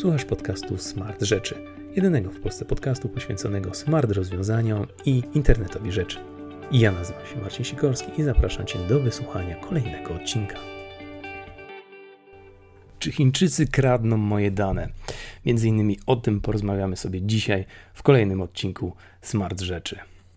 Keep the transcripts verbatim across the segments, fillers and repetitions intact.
Słuchasz podcastu Smart Rzeczy, jedynego w Polsce podcastu poświęconego smart rozwiązaniom i internetowi rzeczy. Ja nazywam się Marcin Sikorski i zapraszam Cię do wysłuchania kolejnego odcinka. Czy Chińczycy kradną moje dane? Między innymi o tym porozmawiamy sobie dzisiaj w kolejnym odcinku Smart Rzeczy.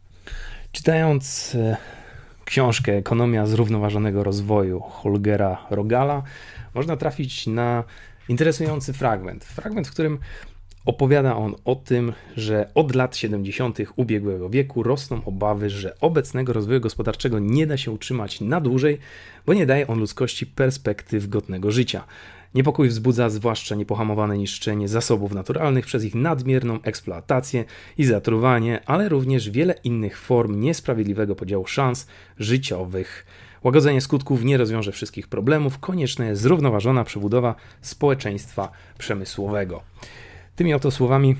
Czytając e, książkę Ekonomia zrównoważonego rozwoju Holgera Rogala, można trafić na interesujący fragment. Fragment, w którym opowiada on o tym, że od lat siedemdziesiątych ubiegłego wieku rosną obawy, że obecnego rozwoju gospodarczego nie da się utrzymać na dłużej, bo nie daje on ludzkości perspektyw godnego życia. Niepokój wzbudza zwłaszcza niepohamowane niszczenie zasobów naturalnych przez ich nadmierną eksploatację i zatruwanie, ale również wiele innych form niesprawiedliwego podziału szans życiowych. Łagodzenie skutków nie rozwiąże wszystkich problemów, konieczna jest zrównoważona przebudowa społeczeństwa przemysłowego. Tymi oto słowami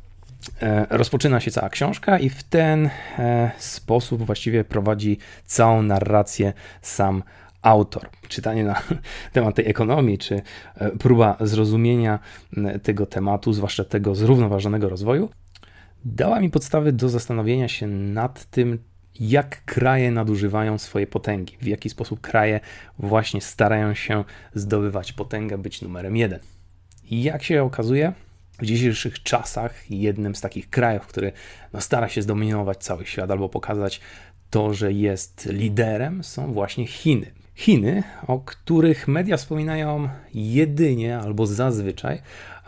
e, rozpoczyna się cała książka i w ten e, sposób właściwie prowadzi całą narrację sam autor. Czytanie na temat tej ekonomii, czy e, próba zrozumienia tego tematu, zwłaszcza tego zrównoważonego rozwoju, dała mi podstawy do zastanowienia się nad tym, jak kraje nadużywają swojej potęgi, w jaki sposób kraje właśnie starają się zdobywać potęgę, być numerem jeden. I jak się okazuje, w dzisiejszych czasach jednym z takich krajów, który no, stara się zdominować cały świat albo pokazać to, że jest liderem, są właśnie Chiny. Chiny, o których media wspominają jedynie albo zazwyczaj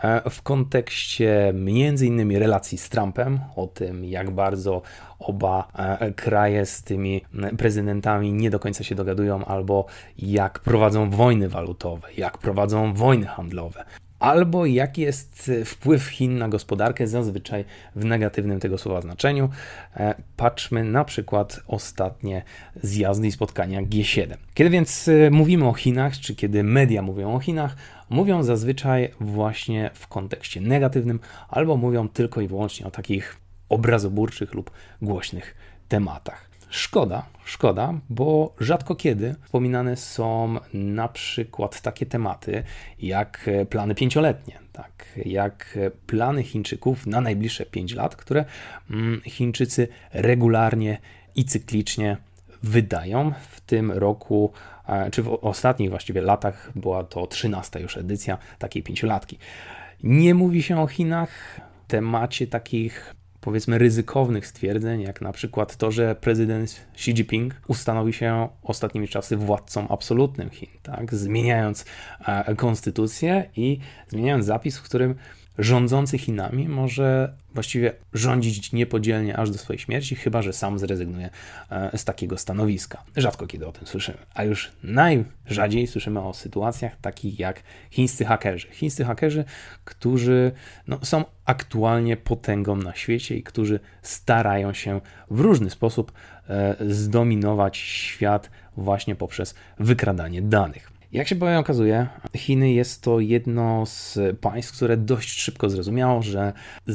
w kontekście między innymi relacji z Trumpem, o tym jak bardzo oba kraje z tymi prezydentami nie do końca się dogadują, albo jak prowadzą wojny walutowe, jak prowadzą wojny handlowe. Albo jaki jest wpływ Chin na gospodarkę, zazwyczaj w negatywnym tego słowa znaczeniu. Patrzmy na przykład ostatnie zjazdy i spotkania G siedem. Kiedy więc mówimy o Chinach, czy kiedy media mówią o Chinach, mówią zazwyczaj właśnie w kontekście negatywnym, albo mówią tylko i wyłącznie o takich obrazoburczych lub głośnych tematach. Szkoda, szkoda, bo rzadko kiedy wspominane są na przykład takie tematy jak plany pięcioletnie, tak, jak plany Chińczyków na najbliższe pięć lat, które Chińczycy regularnie i cyklicznie wydają. W tym roku, czy w ostatnich właściwie latach była to trzynasta już edycja takiej pięciolatki. Nie mówi się o Chinach w temacie takich, powiedzmy, ryzykownych stwierdzeń, jak na przykład to, że prezydent Xi Jinping ustanowi się ostatnimi czasy władcą absolutnym Chin, tak? Zmieniając e, konstytucję i zmieniając zapis, w którym rządzący Chinami może właściwie rządzić niepodzielnie aż do swojej śmierci, chyba że sam zrezygnuje e, z takiego stanowiska. Rzadko kiedy o tym słyszymy, a już najrzadziej słyszymy o sytuacjach takich jak chińscy hakerzy. Chińscy hakerzy, którzy no, są aktualnie potęgą na świecie i którzy starają się w różny sposób e, zdominować świat właśnie poprzez wykradanie danych. Jak się bowiem okazuje, Chiny jest to jedno z państw, które dość szybko zrozumiało, że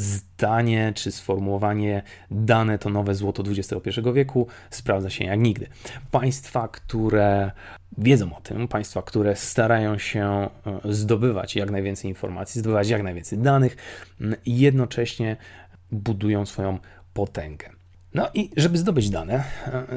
zdanie czy sformułowanie dane to nowe złoto dwudziestego pierwszego wieku sprawdza się jak nigdy. Państwa, które wiedzą o tym, państwa, które starają się zdobywać jak najwięcej informacji, zdobywać jak najwięcej danych, jednocześnie budują swoją potęgę. No i żeby zdobyć dane,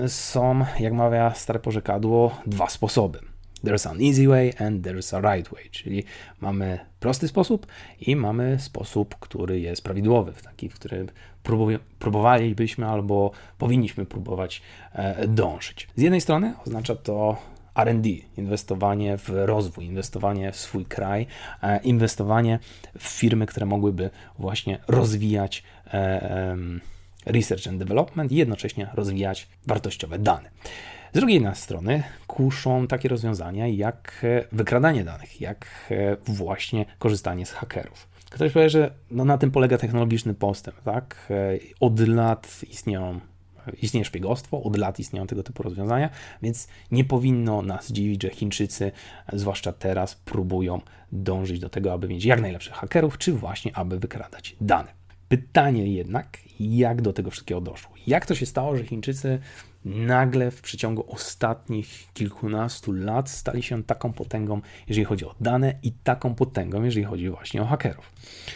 są, jak mawia stare porzekadło, dwa sposoby. There's an easy way and there's a right way, czyli mamy prosty sposób i mamy sposób, który jest prawidłowy, taki, w którym próbuj- próbowalibyśmy albo powinniśmy próbować e, dążyć. Z jednej strony oznacza to R and D, inwestowanie w rozwój, inwestowanie w swój kraj, e, inwestowanie w firmy, które mogłyby właśnie rozwijać e, e, research and development i jednocześnie rozwijać wartościowe dane. Z drugiej strony kuszą takie rozwiązania jak wykradanie danych, jak właśnie korzystanie z hakerów. Ktoś powie, że no na tym polega technologiczny postęp, tak? Od lat istnieją, istnieje szpiegostwo, od lat istnieją tego typu rozwiązania, więc nie powinno nas dziwić, że Chińczycy, zwłaszcza teraz, próbują dążyć do tego, aby mieć jak najlepszych hakerów, czy właśnie aby wykradać dane. Pytanie jednak, jak do tego wszystkiego doszło? Jak to się stało, że Chińczycy nagle w przeciągu ostatnich kilkunastu lat stali się taką potęgą, jeżeli chodzi o dane i taką potęgą, jeżeli chodzi właśnie o hakerów?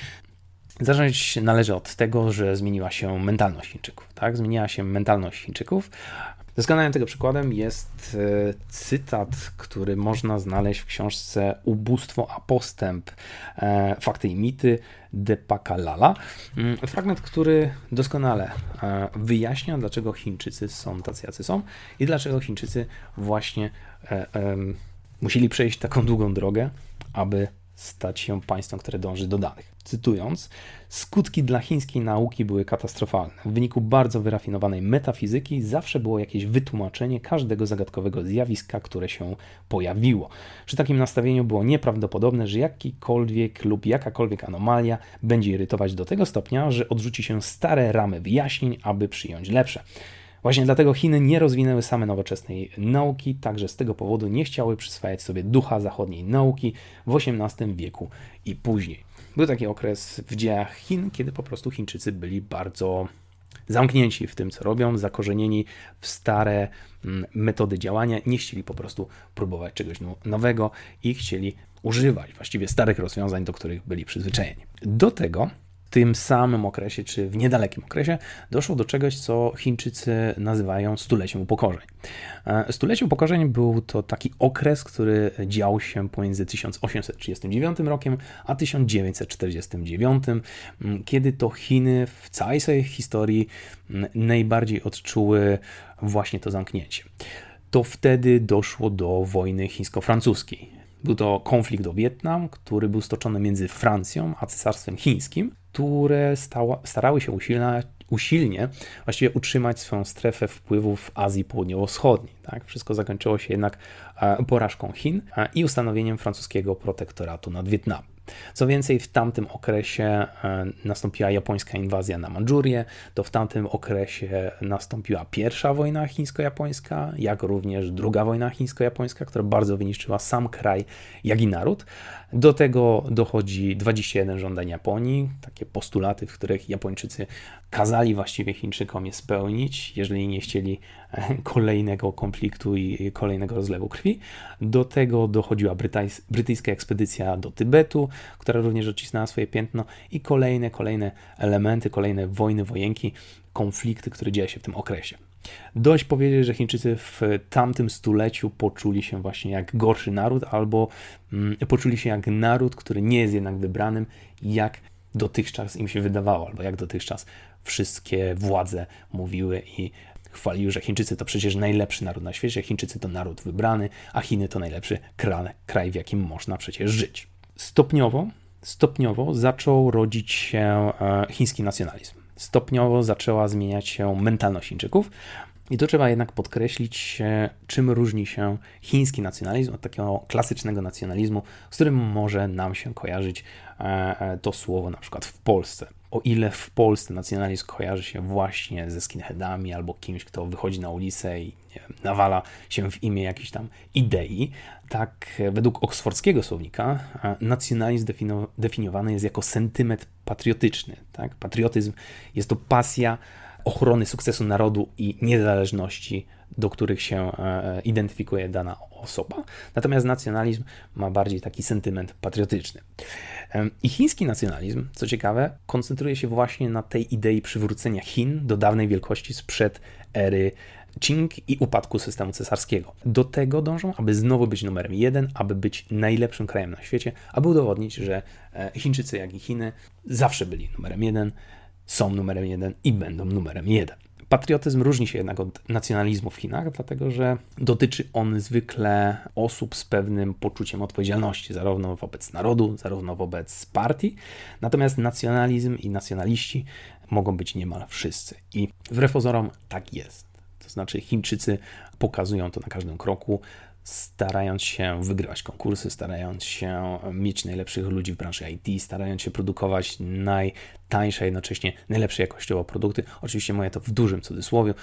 Zacząć należy od tego, że zmieniła się mentalność Chińczyków. Tak? Zmieniła się mentalność Chińczyków. Doskonałym tego przykładem jest cytat, który można znaleźć w książce Ubóstwo a postęp, fakty i mity Depaka Lala. Fragment, który doskonale wyjaśnia, dlaczego Chińczycy są tacy, jacy są i dlaczego Chińczycy właśnie musieli przejść taką długą drogę, aby stać się państwem, które dąży do danych. Cytując, skutki dla chińskiej nauki były katastrofalne. W wyniku bardzo wyrafinowanej metafizyki zawsze było jakieś wytłumaczenie każdego zagadkowego zjawiska, które się pojawiło. Przy takim nastawieniu było nieprawdopodobne, że jakikolwiek lub jakakolwiek anomalia będzie irytować do tego stopnia, że odrzuci się stare ramy wyjaśnień, aby przyjąć lepsze. Właśnie dlatego Chiny nie rozwinęły same nowoczesnej nauki, także z tego powodu nie chciały przyswajać sobie ducha zachodniej nauki w osiemnastym wieku i później. Był taki okres w dziejach Chin, kiedy po prostu Chińczycy byli bardzo zamknięci w tym, co robią, zakorzenieni w stare metody działania, nie chcieli po prostu próbować czegoś nowego i chcieli używać właściwie starych rozwiązań, do których byli przyzwyczajeni. Do tego w tym samym okresie, czy w niedalekim okresie, doszło do czegoś, co Chińczycy nazywają stuleciem upokorzeń. Stulecie upokorzeń był to taki okres, który dział się pomiędzy tysiąc osiemset trzydziestym dziewiątym rokiem a tysiąc dziewięćset czterdziestym dziewiątym, kiedy to Chiny w całej swojej historii najbardziej odczuły właśnie to zamknięcie. To wtedy doszło do wojny chińsko-francuskiej. Był to konflikt o Wietnam, który był stoczony między Francją a Cesarstwem Chińskim, które stała, starały się usilna, usilnie właściwie utrzymać swoją strefę wpływów w Azji Południowo-Wschodniej. Tak? Wszystko zakończyło się jednak porażką Chin i ustanowieniem francuskiego protektoratu nad Wietnamem. Co więcej, w tamtym okresie nastąpiła japońska inwazja na Mandżurię, to w tamtym okresie nastąpiła pierwsza wojna chińsko-japońska, jak również druga wojna chińsko-japońska, która bardzo wyniszczyła sam kraj, jak i naród. Do tego dochodzi dwadzieścia jeden żądań Japonii, takie postulaty, w których Japończycy kazali właściwie Chińczykom je spełnić, jeżeli nie chcieli kolejnego konfliktu i kolejnego rozlewu krwi. Do tego dochodziła brytajs- brytyjska ekspedycja do Tybetu, która również odcisnęła swoje piętno i kolejne, kolejne elementy, kolejne wojny, wojenki, konflikty, które dzieją się w tym okresie. Dość powiedzieć, że Chińczycy w tamtym stuleciu poczuli się właśnie jak gorszy naród, albo mm, poczuli się jak naród, który nie jest jednak wybranym, jak dotychczas im się wydawało, albo jak dotychczas wszystkie władze mówiły i chwaliły, że Chińczycy to przecież najlepszy naród na świecie, Chińczycy to naród wybrany, a Chiny to najlepszy kraj, kraj w jakim można przecież żyć. Stopniowo, stopniowo zaczął rodzić się chiński nacjonalizm. Stopniowo zaczęła zmieniać się mentalność Chińczyków i to trzeba jednak podkreślić, czym różni się chiński nacjonalizm od takiego klasycznego nacjonalizmu, z którym może nam się kojarzyć to słowo na przykład w Polsce. O ile w Polsce nacjonalizm kojarzy się właśnie ze skinheadami albo kimś, kto wychodzi na ulicę i nie wiem, nawala się w imię jakiejś tam idei, tak według oksfordzkiego słownika nacjonalizm defino- definiowany jest jako sentyment patriotyczny. Tak? Patriotyzm jest to pasja ochrony sukcesu narodu i niezależności, do których się identyfikuje dana osoba. Natomiast nacjonalizm ma bardziej taki sentyment patriotyczny. I chiński nacjonalizm, co ciekawe, koncentruje się właśnie na tej idei przywrócenia Chin do dawnej wielkości sprzed ery Qing i upadku systemu cesarskiego. Do tego dążą, aby znowu być numerem jeden, aby być najlepszym krajem na świecie, aby udowodnić, że Chińczycy, jak i Chiny zawsze byli numerem jeden, są numerem jeden i będą numerem jeden. Patriotyzm różni się jednak od nacjonalizmu w Chinach, dlatego że dotyczy on zwykle osób z pewnym poczuciem odpowiedzialności, zarówno wobec narodu, zarówno wobec partii. Natomiast nacjonalizm i nacjonaliści mogą być niemal wszyscy. I wbrew pozorom tak jest. To znaczy Chińczycy pokazują to na każdym kroku, starając się wygrywać konkursy, starając się mieć najlepszych ludzi w branży I T, starając się produkować najtańsze, jednocześnie najlepsze jakościowo produkty. Oczywiście mówię to w dużym cudzysłowie.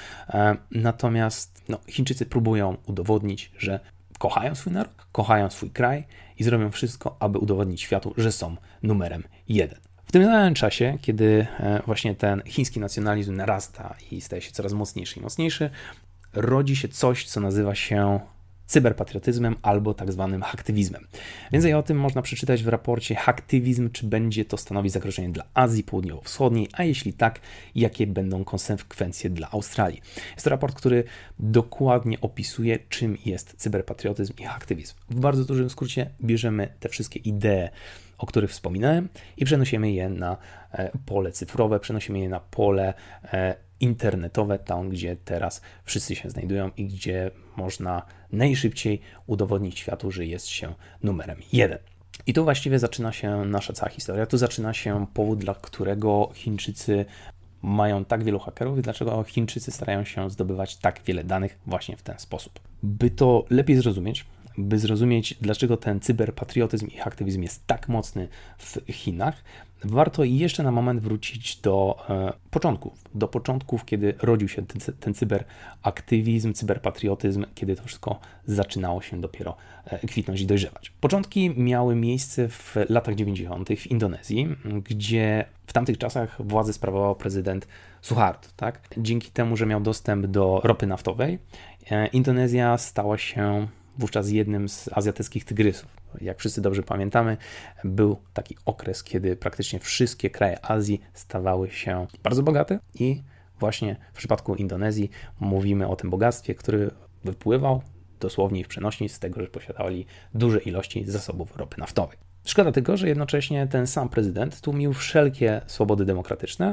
Natomiast no, Chińczycy próbują udowodnić, że kochają swój naród, kochają swój kraj i zrobią wszystko, aby udowodnić światu, że są numerem jeden. W tym samym czasie, kiedy właśnie ten chiński nacjonalizm narasta i staje się coraz mocniejszy i mocniejszy, rodzi się coś, co nazywa się cyberpatriotyzmem albo tak zwanym haktywizmem. Więcej o tym można przeczytać w raporcie Haktywizm, czy będzie to stanowić zagrożenie dla Azji Południowo-Wschodniej, a jeśli tak, jakie będą konsekwencje dla Australii. Jest to raport, który dokładnie opisuje, czym jest cyberpatriotyzm i haktywizm. W bardzo dużym skrócie bierzemy te wszystkie idee, o których wspominałem, i przenosimy je na pole cyfrowe, przenosimy je na pole internetowe, tam gdzie teraz wszyscy się znajdują i gdzie można najszybciej udowodnić światu, że jest się numerem jeden. I tu właściwie zaczyna się nasza cała historia. Tu zaczyna się powód, dla którego Chińczycy mają tak wielu hakerów i dlaczego Chińczycy starają się zdobywać tak wiele danych właśnie w ten sposób. By to lepiej zrozumieć, by zrozumieć, dlaczego ten cyberpatriotyzm i haktywizm jest tak mocny w Chinach, warto jeszcze na moment wrócić do e, początków, do początków, kiedy rodził się ten, ten cyberaktywizm, cyberpatriotyzm, kiedy to wszystko zaczynało się dopiero e, kwitnąć i dojrzewać. Początki miały miejsce w latach dziewięćdziesiątych w Indonezji, gdzie w tamtych czasach władzę sprawował prezydent Suharto. Tak? Dzięki temu, że miał dostęp do ropy naftowej, e, Indonezja stała się wówczas jednym z azjatyckich tygrysów. Jak wszyscy dobrze pamiętamy, był taki okres, kiedy praktycznie wszystkie kraje Azji stawały się bardzo bogate i właśnie w przypadku Indonezji mówimy o tym bogactwie, który wypływał dosłownie w przenośni z tego, że posiadali duże ilości zasobów ropy naftowej. Szkoda tylko, że jednocześnie ten sam prezydent tłumił wszelkie swobody demokratyczne,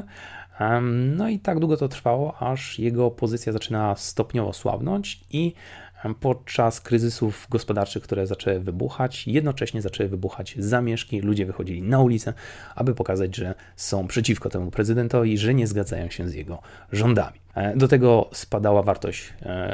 no i tak długo to trwało, aż jego pozycja zaczyna stopniowo słabnąć i podczas kryzysów gospodarczych, które zaczęły wybuchać, jednocześnie zaczęły wybuchać zamieszki, ludzie wychodzili na ulicę, aby pokazać, że są przeciwko temu prezydentowi, że nie zgadzają się z jego rządami. Do tego spadała wartość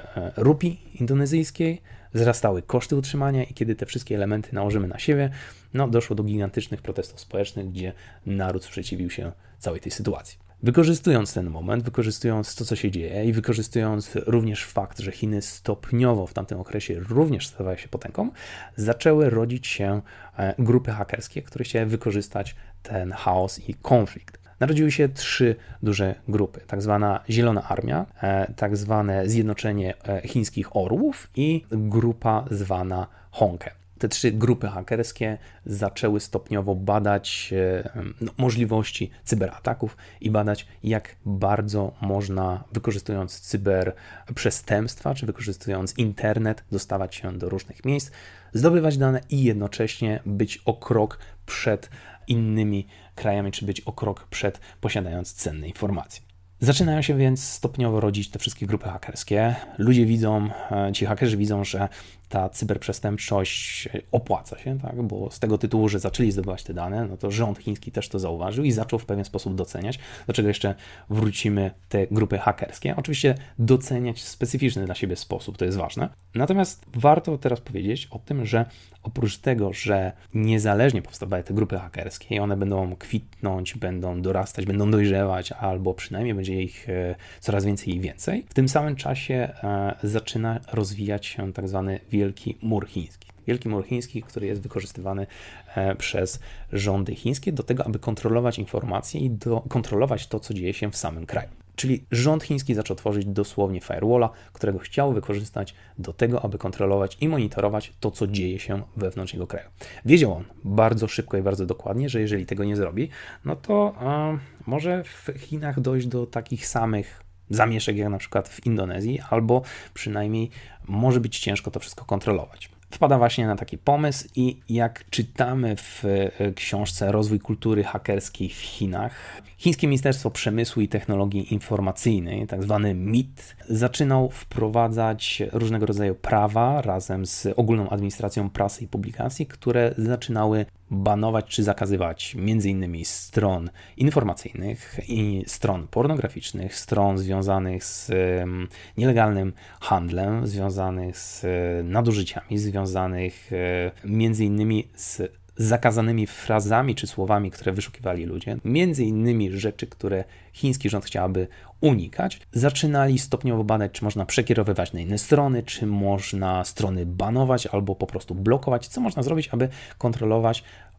rupii indonezyjskiej, wzrastały koszty utrzymania i kiedy te wszystkie elementy nałożymy na siebie, no doszło do gigantycznych protestów społecznych, gdzie naród sprzeciwił się całej tej sytuacji. Wykorzystując ten moment, wykorzystując to, co się dzieje i wykorzystując również fakt, że Chiny stopniowo w tamtym okresie również stawały się potęgą, zaczęły rodzić się grupy hakerskie, które chciały wykorzystać ten chaos i konflikt. Narodziły się trzy duże grupy, tak zwana Zielona Armia, tak zwane Zjednoczenie Chińskich Orłów i grupa zwana Hongke. Te trzy grupy hakerskie zaczęły stopniowo badać no, możliwości cyberataków i badać, jak bardzo można, wykorzystując cyberprzestępstwa, czy wykorzystując internet, dostawać się do różnych miejsc, zdobywać dane i jednocześnie być o krok przed innymi krajami, czy być o krok przed posiadając cenne informacje. Zaczynają się więc stopniowo rodzić te wszystkie grupy hakerskie. Ludzie widzą, ci hakerzy widzą, że ta cyberprzestępczość opłaca się, tak? Bo z tego tytułu, że zaczęli zdobywać te dane, no to rząd chiński też to zauważył i zaczął w pewien sposób doceniać, do czego jeszcze wrócimy te grupy hakerskie. Oczywiście doceniać w specyficzny dla siebie sposób, to jest ważne. Natomiast warto teraz powiedzieć o tym, że oprócz tego, że niezależnie powstawały te grupy hakerskie i one będą kwitnąć, będą dorastać, będą dojrzewać, albo przynajmniej będzie ich coraz więcej i więcej, w tym samym czasie zaczyna rozwijać się tak zwany Wielki Mur Chiński. Wielki Mur Chiński, który jest wykorzystywany przez rządy chińskie do tego, aby kontrolować informacje i do, kontrolować to, co dzieje się w samym kraju. Czyli rząd chiński zaczął tworzyć dosłownie firewalla, którego chciał wykorzystać do tego, aby kontrolować i monitorować to, co dzieje się wewnątrz jego kraju. Wiedział on bardzo szybko i bardzo dokładnie, że jeżeli tego nie zrobi, no to e, może w Chinach dojść do takich samych zamieszek jak na przykład w Indonezji, albo przynajmniej może być ciężko to wszystko kontrolować. Wpada właśnie na taki pomysł i jak czytamy w książce Rozwój kultury hakerskiej w Chinach, Chińskie Ministerstwo Przemysłu i Technologii Informacyjnej, tak zwany M I T, zaczynał wprowadzać różnego rodzaju prawa razem z Ogólną Administracją Prasy i Publikacji, które zaczynały banować czy zakazywać między innymi stron informacyjnych i stron pornograficznych, stron związanych z um, nielegalnym handlem, związanych z um, nadużyciami, związanych um, między innymi z zakazanymi frazami czy słowami, które wyszukiwali ludzie, między innymi rzeczy, które chiński rząd chciałby unikać. Zaczynali stopniowo badać, czy można przekierowywać na inne strony, czy można strony banować albo po prostu blokować, co można zrobić, aby kontrolować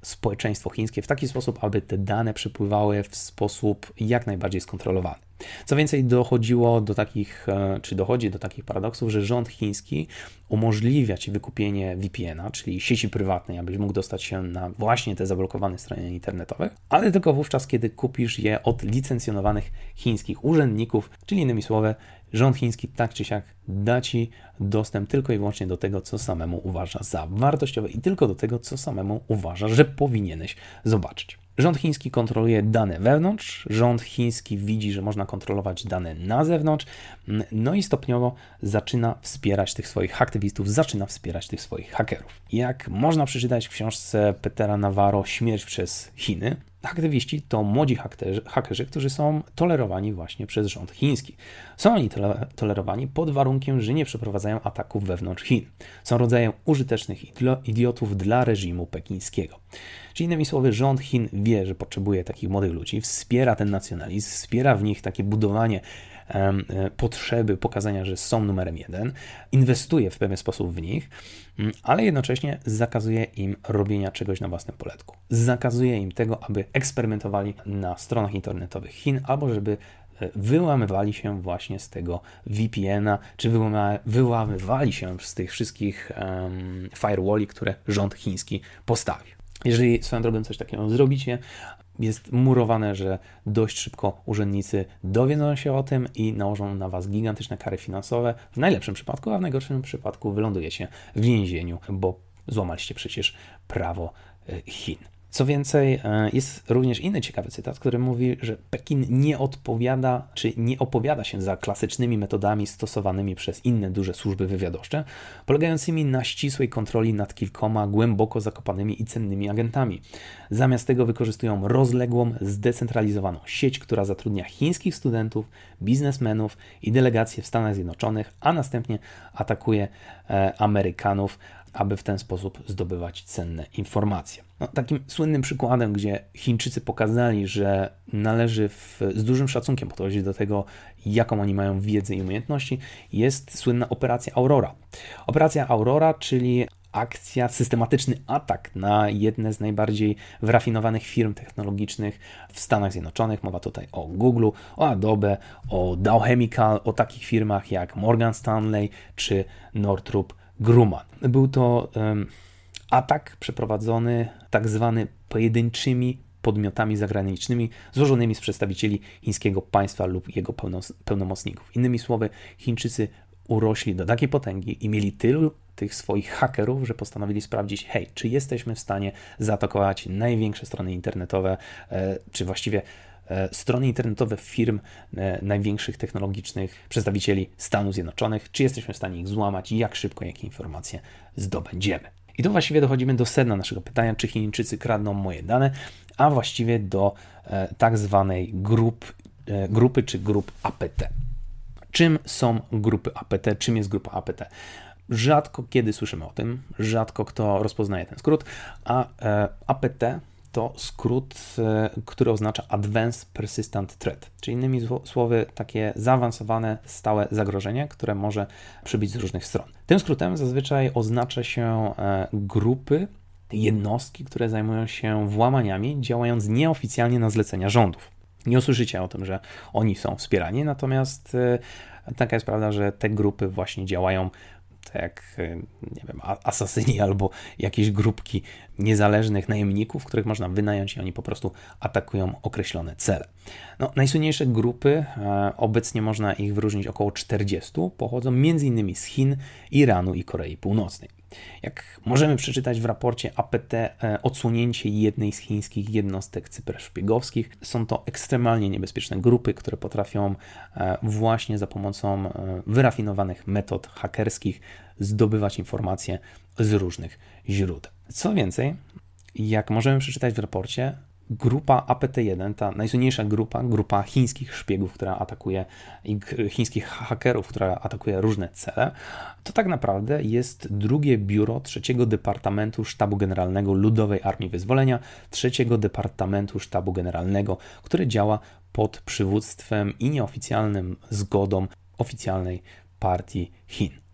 społeczeństwo chińskie w taki sposób, aby te dane przepływały w sposób jak najbardziej skontrolowany. Co więcej, dochodziło do takich, czy dochodzi do takich paradoksów, że rząd chiński umożliwia Ci wykupienie V P N-a, czyli sieci prywatnej, abyś mógł dostać się na właśnie te zablokowane strony internetowe, ale tylko wówczas, kiedy kupisz je od licencjonowanych chińskich urzędników, czyli innymi słowy, rząd chiński tak czy siak da Ci dostęp tylko i wyłącznie do tego, co samemu uważa za wartościowe i tylko do tego, co samemu uważa, że powinieneś zobaczyć. Rząd chiński kontroluje dane wewnątrz, rząd chiński widzi, że można kontrolować dane na zewnątrz, no i stopniowo zaczyna wspierać tych swoich aktywistów, zaczyna wspierać tych swoich hakerów. Jak można przeczytać w książce Petera Navarro Śmierć przez Chiny, aktywiści to młodzi hakerzy, hakerzy, którzy są tolerowani właśnie przez rząd chiński. Są oni tole, tolerowani pod warunkiem, że nie przeprowadzają ataków wewnątrz Chin. Są rodzajem użytecznych idiotów dla reżimu pekińskiego. Czyli innymi słowy, rząd Chin wie, że potrzebuje takich młodych ludzi, wspiera ten nacjonalizm, wspiera w nich takie budowanie um, potrzeby pokazania, że są numerem jeden, inwestuje w pewien sposób w nich, ale jednocześnie zakazuje im robienia czegoś na własnym poletku. Zakazuje im tego, aby eksperymentowali na stronach internetowych Chin, albo żeby wyłamywali się właśnie z tego V P N-a, czy wyłama, wyłamywali się z tych wszystkich um, firewalli, które rząd chiński postawił. Jeżeli swoją drogą coś takiego zrobicie, jest murowane, że dość szybko urzędnicy dowiedzą się o tym i nałożą na Was gigantyczne kary finansowe. W najlepszym przypadku, a w najgorszym przypadku wylądujecie w więzieniu, bo złamaliście przecież prawo Chin. Co więcej, jest również inny ciekawy cytat, który mówi, że Pekin nie odpowiada, czy nie opowiada się za klasycznymi metodami stosowanymi przez inne duże służby wywiadowcze, polegającymi na ścisłej kontroli nad kilkoma głęboko zakopanymi i cennymi agentami. Zamiast tego wykorzystują rozległą, zdecentralizowaną sieć, która zatrudnia chińskich studentów, biznesmenów i delegacje w Stanach Zjednoczonych, a następnie atakuje e, Amerykanów, aby w ten sposób zdobywać cenne informacje. No, takim słynnym przykładem, gdzie Chińczycy pokazali, że należy w, z dużym szacunkiem podchodzić do tego, jaką oni mają wiedzę i umiejętności, jest słynna operacja Aurora. Operacja Aurora, czyli akcja, systematyczny atak na jedne z najbardziej wyrafinowanych firm technologicznych w Stanach Zjednoczonych. Mowa tutaj o Google, o Adobe, o Dow Chemical, o takich firmach jak Morgan Stanley czy Northrop Grumman. Był to um, atak przeprowadzony tak zwany pojedynczymi podmiotami zagranicznymi złożonymi z przedstawicieli chińskiego państwa lub jego pełnomocników. Innymi słowy, Chińczycy urośli do takiej potęgi i mieli tylu tych swoich hakerów, że postanowili sprawdzić, hej, czy jesteśmy w stanie zaatakować największe strony internetowe, e, czy właściwie strony internetowe firm największych technologicznych przedstawicieli Stanów Zjednoczonych, czy jesteśmy w stanie ich złamać i jak szybko, jakie informacje zdobędziemy. I tu właściwie dochodzimy do sedna naszego pytania, czy Chińczycy kradną moje dane, a właściwie do e, tak zwanej grup, e, grupy czy grup A P T. Czym są grupy A P T? Czym jest grupa A P T? Rzadko kiedy słyszymy o tym, rzadko kto rozpoznaje ten skrót, a e, A P T to skrót, który oznacza Advanced Persistent Threat, czyli innymi słowy takie zaawansowane, stałe zagrożenie, które może przybyć z różnych stron. Tym skrótem zazwyczaj oznacza się grupy, jednostki, które zajmują się włamaniami, działając nieoficjalnie na zlecenia rządów. Nie usłyszycie o tym, że oni są wspierani, natomiast taka jest prawda, że te grupy właśnie działają tak jak, nie wiem, asasyni albo jakieś grupki niezależnych najemników, których można wynająć i oni po prostu atakują określone cele. No, najsłynniejsze grupy, e, obecnie można ich wyróżnić około czterdzieści, pochodzą m.in. z Chin, Iranu i Korei Północnej. Jak możemy przeczytać w raporcie A P T, e, odsłonięcie jednej z chińskich jednostek cyberszpiegowskich, są to ekstremalnie niebezpieczne grupy, które potrafią e, właśnie za pomocą e, wyrafinowanych metod hakerskich zdobywać informacje z różnych źródeł. Co więcej, jak możemy przeczytać w raporcie, grupa A P T jeden, ta najsłynniejsza grupa, grupa chińskich szpiegów, która atakuje, i chińskich hakerów, która atakuje różne cele, to tak naprawdę jest drugie biuro trzeciego Departamentu Sztabu Generalnego Ludowej Armii Wyzwolenia, trzeciego Departamentu Sztabu Generalnego, który działa pod przywództwem i nieoficjalnym zgodą oficjalnej partii Chin.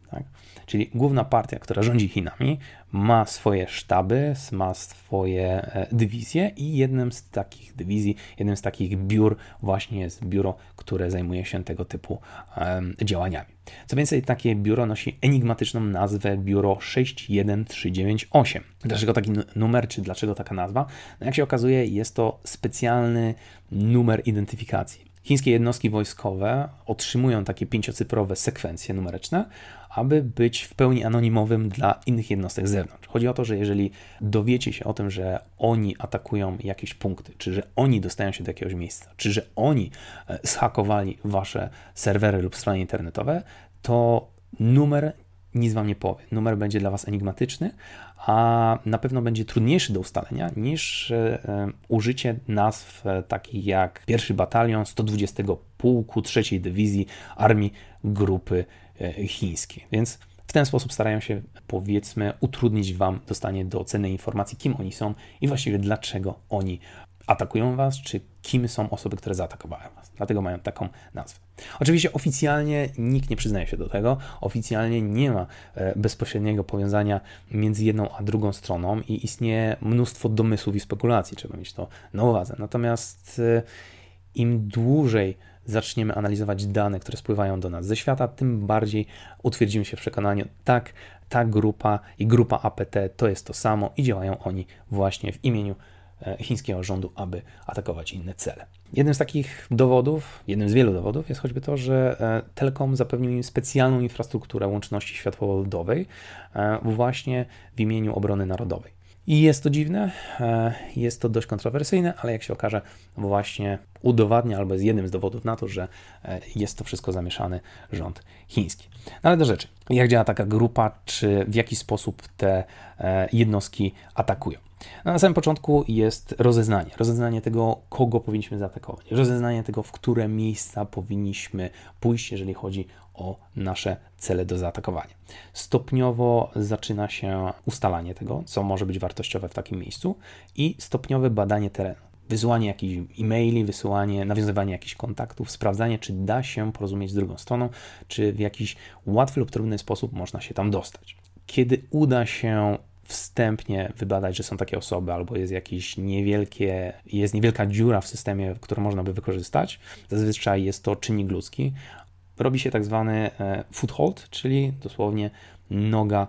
Tak? Czyli główna partia, która rządzi Chinami, ma swoje sztaby, ma swoje dywizje i jednym z takich dywizji, jednym z takich biur właśnie jest biuro, które zajmuje się tego typu um, działaniami. Co więcej, takie biuro nosi enigmatyczną nazwę Biuro sześć jeden trzy dziewięć osiem. Dlaczego taki numer, czy dlaczego taka nazwa? No jak się okazuje, jest to specjalny numer identyfikacji. Chińskie jednostki wojskowe otrzymują takie pięciocyfrowe sekwencje numeryczne, aby być w pełni anonimowym dla innych jednostek z zewnątrz. Chodzi o to, że jeżeli dowiecie się o tym, że oni atakują jakieś punkty, czy że oni dostają się do jakiegoś miejsca, czy że oni zhakowali wasze serwery lub strony internetowe, to numer nic wam nie powie. Numer będzie dla was enigmatyczny, a na pewno będzie trudniejszy do ustalenia niż e, użycie nazw takich jak pierwszy Batalion sto dwudziestego Pułku trzeciej Dywizji Armii Grupy e, Chińskiej. Więc w ten sposób starają się, powiedzmy, utrudnić wam dostanie do cennej informacji, kim oni są i właściwie dlaczego oni atakują was, czy kim są osoby, które zaatakowały was. Dlatego mają taką nazwę. Oczywiście oficjalnie nikt nie przyznaje się do tego. Oficjalnie nie ma bezpośredniego powiązania między jedną a drugą stroną i istnieje mnóstwo domysłów i spekulacji. Trzeba mieć to na uwadze. Natomiast im dłużej zaczniemy analizować dane, które spływają do nas ze świata, tym bardziej utwierdzimy się w przekonaniu, tak, ta grupa i grupa A P T to jest to samo i działają oni właśnie w imieniu chińskiego rządu, aby atakować inne cele. Jednym z takich dowodów, jednym z wielu dowodów jest choćby to, że Telekom zapewnił im specjalną infrastrukturę łączności światłowodowej właśnie w imieniu obrony narodowej. I jest to dziwne, jest to dość kontrowersyjne, ale jak się okaże, właśnie udowadnia albo jest jednym z dowodów na to, że jest to wszystko zamieszany rząd chiński. No ale do rzeczy. Jak działa taka grupa, czy w jaki sposób te jednostki atakują? No, na samym początku jest rozeznanie. Rozeznanie tego, kogo powinniśmy zaatakować. Rozeznanie tego, w które miejsca powinniśmy pójść, jeżeli chodzi o nasze cele do zaatakowania. Stopniowo zaczyna się ustalanie tego, co może być wartościowe w takim miejscu i stopniowe badanie terenu. Wysyłanie jakichś e-maili, wysyłanie, nawiązywanie jakichś kontaktów, sprawdzanie, czy da się porozumieć z drugą stroną, czy w jakiś łatwy lub trudny sposób można się tam dostać. Kiedy uda się wstępnie wybadać, że są takie osoby, albo jest jakieś niewielkie, jest niewielka dziura w systemie, którą można by wykorzystać, zazwyczaj jest to czynnik ludzki, robi się tak zwany foothold, czyli dosłownie noga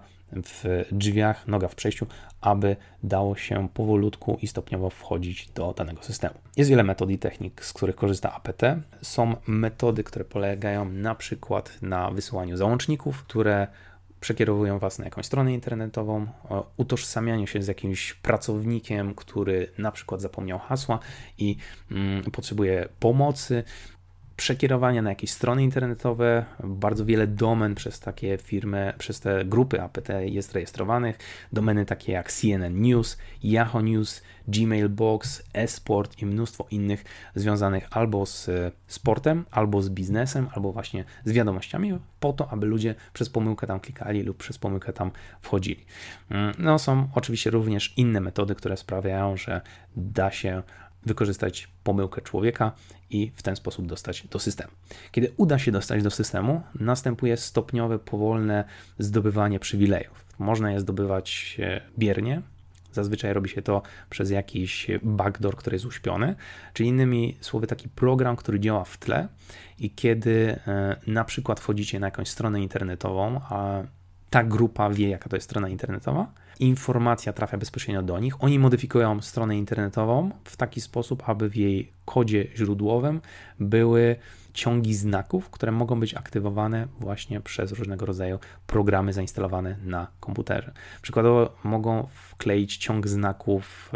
w drzwiach, noga w przejściu, aby dało się powolutku i stopniowo wchodzić do danego systemu. Jest wiele metod i technik, z których korzysta A P T. Są metody, które polegają na przykład na wysyłaniu załączników, które przekierowują was na jakąś stronę internetową, utożsamianiu się z jakimś pracownikiem, który na przykład zapomniał hasła i mm, potrzebuje pomocy, przekierowania na jakieś strony internetowe. Bardzo wiele domen przez takie firmy, przez te grupy A P T jest rejestrowanych. Domeny takie jak C N N News, Yahoo News, Gmailbox, eSport i mnóstwo innych związanych albo z sportem, albo z biznesem, albo właśnie z wiadomościami, po to, aby ludzie przez pomyłkę tam klikali lub przez pomyłkę tam wchodzili. No, są oczywiście również inne metody, które sprawiają, że da się wykorzystać pomyłkę człowieka i w ten sposób dostać do systemu. Kiedy uda się dostać do systemu, następuje stopniowe, powolne zdobywanie przywilejów. Można je zdobywać biernie. Zazwyczaj robi się to przez jakiś backdoor, który jest uśpiony, czyli innymi słowy taki program, który działa w tle i kiedy na przykład wchodzicie na jakąś stronę internetową, a ta grupa wie, jaka to jest strona internetowa, informacja trafia bezpośrednio do nich. Oni modyfikują stronę internetową w taki sposób, aby w jej kodzie źródłowym były ciągi znaków, które mogą być aktywowane właśnie przez różnego rodzaju programy zainstalowane na komputerze. Przykładowo mogą wkleić ciąg znaków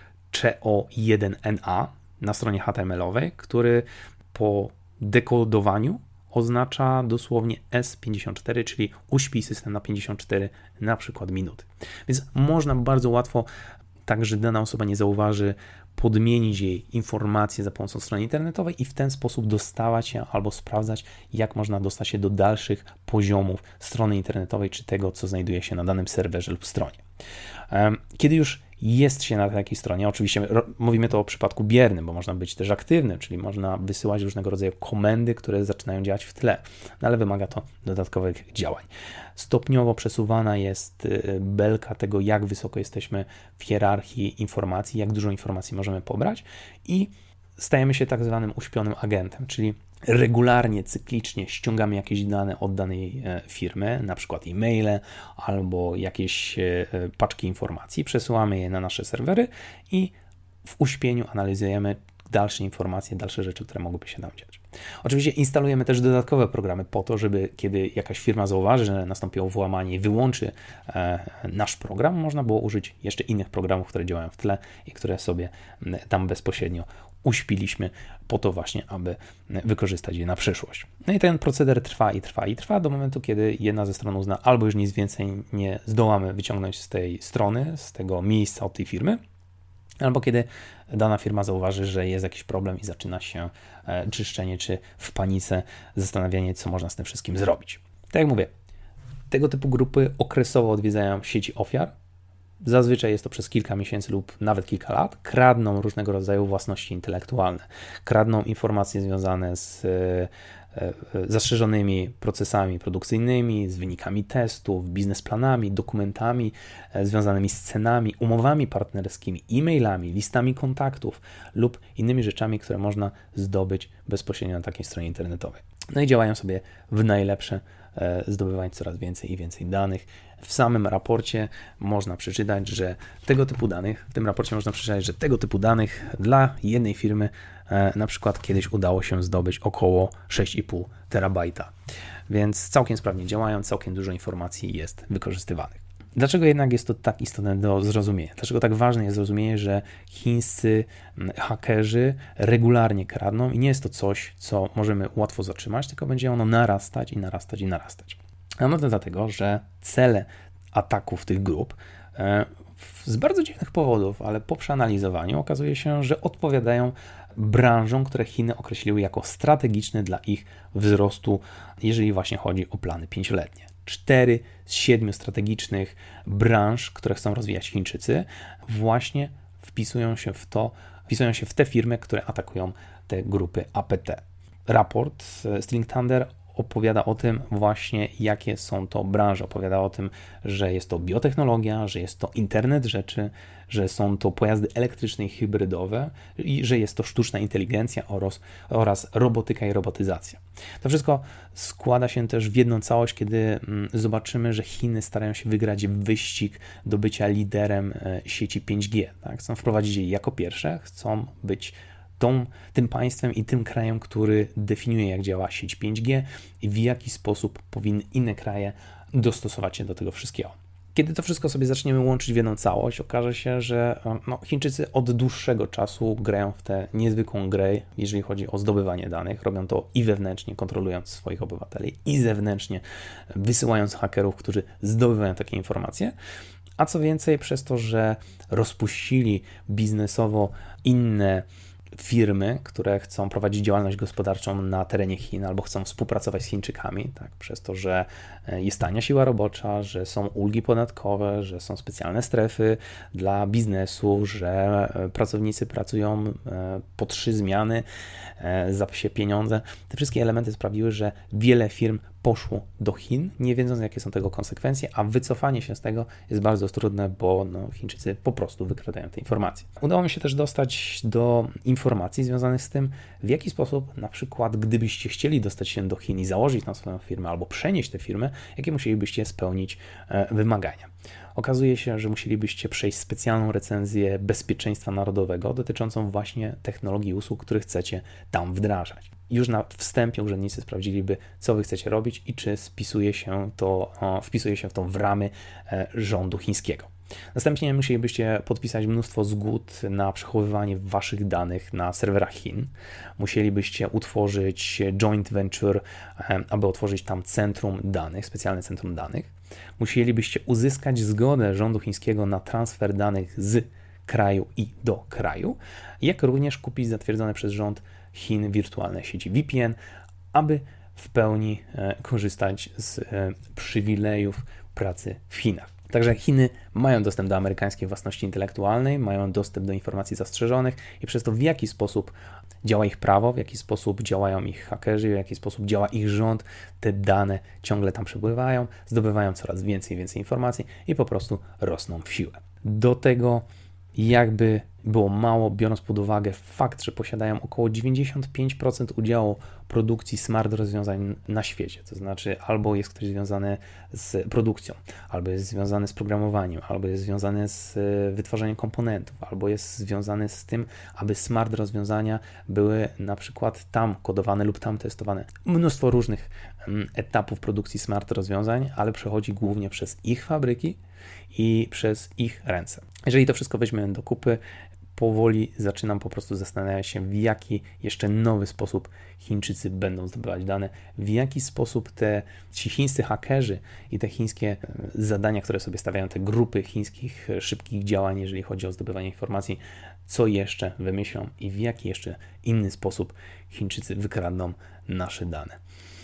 C O jeden N A na stronie H T M L-owej, który po dekodowaniu oznacza dosłownie S pięćdziesiąt cztery, czyli uśpi system na pięćdziesiąt cztery na przykład minuty. Więc można bardzo łatwo, tak że dana osoba nie zauważy, podmienić jej informacje za pomocą strony internetowej i w ten sposób dostawać się albo sprawdzać, jak można dostać się do dalszych poziomów strony internetowej czy tego, co znajduje się na danym serwerze lub stronie. Kiedy już jest się na takiej stronie. Oczywiście mówimy to o przypadku biernym, bo można być też aktywnym, czyli można wysyłać różnego rodzaju komendy, które zaczynają działać w tle, no ale wymaga to dodatkowych działań. Stopniowo przesuwana jest belka tego, jak wysoko jesteśmy w hierarchii informacji, jak dużo informacji możemy pobrać i stajemy się tak zwanym uśpionym agentem, czyli regularnie, cyklicznie ściągamy jakieś dane od danej firmy, na przykład e-maile albo jakieś paczki informacji, przesyłamy je na nasze serwery i w uśpieniu analizujemy dalsze informacje, dalsze rzeczy, które mogłyby się tam dziać. Oczywiście instalujemy też dodatkowe programy po to, żeby kiedy jakaś firma zauważy, że nastąpiło włamanie i wyłączy e, nasz program, można było użyć jeszcze innych programów, które działają w tle i które sobie tam bezpośrednio uśpiliśmy po to właśnie, aby wykorzystać je na przyszłość. No i ten proceder trwa i trwa i trwa do momentu, kiedy jedna ze stron uzna, albo już nic więcej nie zdołamy wyciągnąć z tej strony, z tego miejsca od tej firmy, albo kiedy dana firma zauważy, że jest jakiś problem i zaczyna się e, czyszczenie, czy w panice zastanawianie, co można z tym wszystkim zrobić. Tak jak mówię, tego typu grupy okresowo odwiedzają sieci ofiar. Zazwyczaj jest to przez kilka miesięcy lub nawet kilka lat. Kradną różnego rodzaju własności intelektualne. Kradną informacje związane z e, zastrzeżonymi procesami produkcyjnymi, z wynikami testów, biznesplanami, dokumentami związanymi z cenami, umowami partnerskimi, e-mailami, listami kontaktów lub innymi rzeczami, które można zdobyć bezpośrednio na takiej stronie internetowej. No i działają sobie w najlepsze, zdobywając coraz więcej i więcej danych. W samym raporcie można przeczytać, że tego typu danych, w tym raporcie można przeczytać, że tego typu danych dla jednej firmy na przykład kiedyś udało się zdobyć około sześć i pół terabajta. Więc całkiem sprawnie działają, całkiem dużo informacji jest wykorzystywanych. Dlaczego jednak jest to tak istotne do zrozumienia? Dlaczego tak ważne jest zrozumienie, że chińscy hakerzy regularnie kradną i nie jest to coś, co możemy łatwo zatrzymać, tylko będzie ono narastać i narastać i narastać. Ano to dlatego, że cele ataków tych grup z bardzo dziwnych powodów, ale po przeanalizowaniu okazuje się, że odpowiadają branżom, które Chiny określiły jako strategiczne dla ich wzrostu, jeżeli właśnie chodzi o plany pięcioletnie. Cztery z siedmiu strategicznych branż, które chcą rozwijać Chińczycy, właśnie wpisują się w to, wpisują się w te firmy, które atakują te grupy A P T. Raport String Thunder opowiada o tym właśnie, jakie są to branże. Opowiada o tym, że jest to biotechnologia, że jest to internet rzeczy, że są to pojazdy elektryczne i hybrydowe i że jest to sztuczna inteligencja oraz, oraz robotyka i robotyzacja. To wszystko składa się też w jedną całość, kiedy zobaczymy, że Chiny starają się wygrać wyścig do bycia liderem sieci pięć G. Tak? Chcą wprowadzić je jako pierwsze, chcą być Tą, tym państwem i tym krajem, który definiuje, jak działa sieć pięć G i w jaki sposób powinny inne kraje dostosować się do tego wszystkiego. Kiedy to wszystko sobie zaczniemy łączyć w jedną całość, okaże się, że no, Chińczycy od dłuższego czasu grają w tę niezwykłą grę, jeżeli chodzi o zdobywanie danych. Robią to i wewnętrznie, kontrolując swoich obywateli, i zewnętrznie, wysyłając hakerów, którzy zdobywają takie informacje. A co więcej, przez to, że rozpuścili biznesowo inne firmy, które chcą prowadzić działalność gospodarczą na terenie Chin albo chcą współpracować z Chińczykami, tak, przez to, że jest tania siła robocza, że są ulgi podatkowe, że są specjalne strefy dla biznesu, że pracownicy pracują po trzy zmiany za psie pieniądze. Te wszystkie elementy sprawiły, że wiele firm poszło do Chin, nie wiedząc, jakie są tego konsekwencje, a wycofanie się z tego jest bardzo trudne, bo no, Chińczycy po prostu wykradają te informacje. Udało mi się też dostać do informacji związanych z tym, w jaki sposób, na przykład, gdybyście chcieli dostać się do Chin i założyć tam swoją firmę albo przenieść tę firmę, jakie musielibyście spełnić e, wymagania. Okazuje się, że musielibyście przejść specjalną recenzję bezpieczeństwa narodowego dotyczącą właśnie technologii i usług, które chcecie tam wdrażać. Już na wstępie urzędnicy sprawdziliby, co wy chcecie robić i czy spisuje się to, wpisuje się w to w ramy rządu chińskiego. Następnie musielibyście podpisać mnóstwo zgód na przechowywanie waszych danych na serwerach Chin. Musielibyście utworzyć joint venture, aby otworzyć tam centrum danych, specjalne centrum danych. Musielibyście uzyskać zgodę rządu chińskiego na transfer danych z kraju i do kraju, jak również kupić zatwierdzone przez rząd Chin wirtualne sieci V P N, aby w pełni korzystać z przywilejów pracy w Chinach. Także Chiny mają dostęp do amerykańskiej własności intelektualnej, mają dostęp do informacji zastrzeżonych i przez to, w jaki sposób działa ich prawo, w jaki sposób działają ich hakerzy, w jaki sposób działa ich rząd, te dane ciągle tam przepływają, zdobywają coraz więcej i więcej informacji i po prostu rosną w siłę. Do tego, jakby było mało, biorąc pod uwagę fakt, że posiadają około dziewięćdziesiąt pięć procent udziału produkcji smart rozwiązań na świecie, to znaczy albo jest ktoś związany z produkcją, albo jest związany z programowaniem, albo jest związany z wytwarzaniem komponentów, albo jest związany z tym, aby smart rozwiązania były na przykład tam kodowane lub tam testowane. Mnóstwo różnych etapów produkcji smart rozwiązań, ale przechodzi głównie przez ich fabryki i przez ich ręce. Jeżeli to wszystko weźmiemy do kupy, powoli zaczynam po prostu zastanawiać się, w jaki jeszcze nowy sposób Chińczycy będą zdobywać dane, w jaki sposób te ci chińscy hakerzy i te chińskie zadania, które sobie stawiają, te grupy chińskich szybkich działań, jeżeli chodzi o zdobywanie informacji, co jeszcze wymyślą i w jaki jeszcze inny sposób Chińczycy wykradną nasze dane.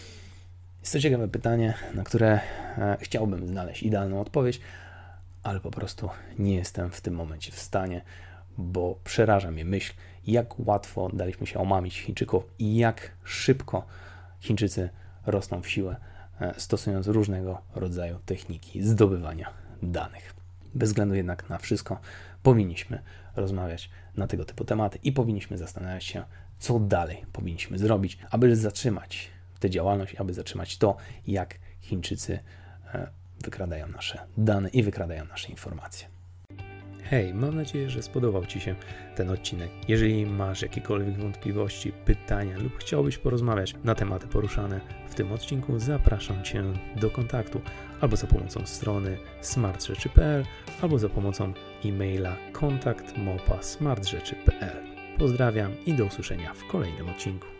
Jest to ciekawe pytanie, na które chciałbym znaleźć idealną odpowiedź, ale po prostu nie jestem w tym momencie w stanie, bo przeraża mnie myśl, jak łatwo daliśmy się omamić Chińczyków i jak szybko Chińczycy rosną w siłę, stosując różnego rodzaju techniki zdobywania danych. Bez względu jednak na wszystko, powinniśmy rozmawiać na tego typu tematy i powinniśmy zastanawiać się, co dalej powinniśmy zrobić, aby zatrzymać tę działalność, aby zatrzymać to, jak Chińczycy wykradają nasze dane i wykradają nasze informacje. Hej, mam nadzieję, że spodobał Ci się ten odcinek. Jeżeli masz jakiekolwiek wątpliwości, pytania lub chciałbyś porozmawiać na tematy poruszane w tym odcinku, zapraszam Cię do kontaktu albo za pomocą strony smart rzeczy kropka p l, albo za pomocą e-maila kontakt małpa smart rzeczy kropka p l. Pozdrawiam i do usłyszenia w kolejnym odcinku.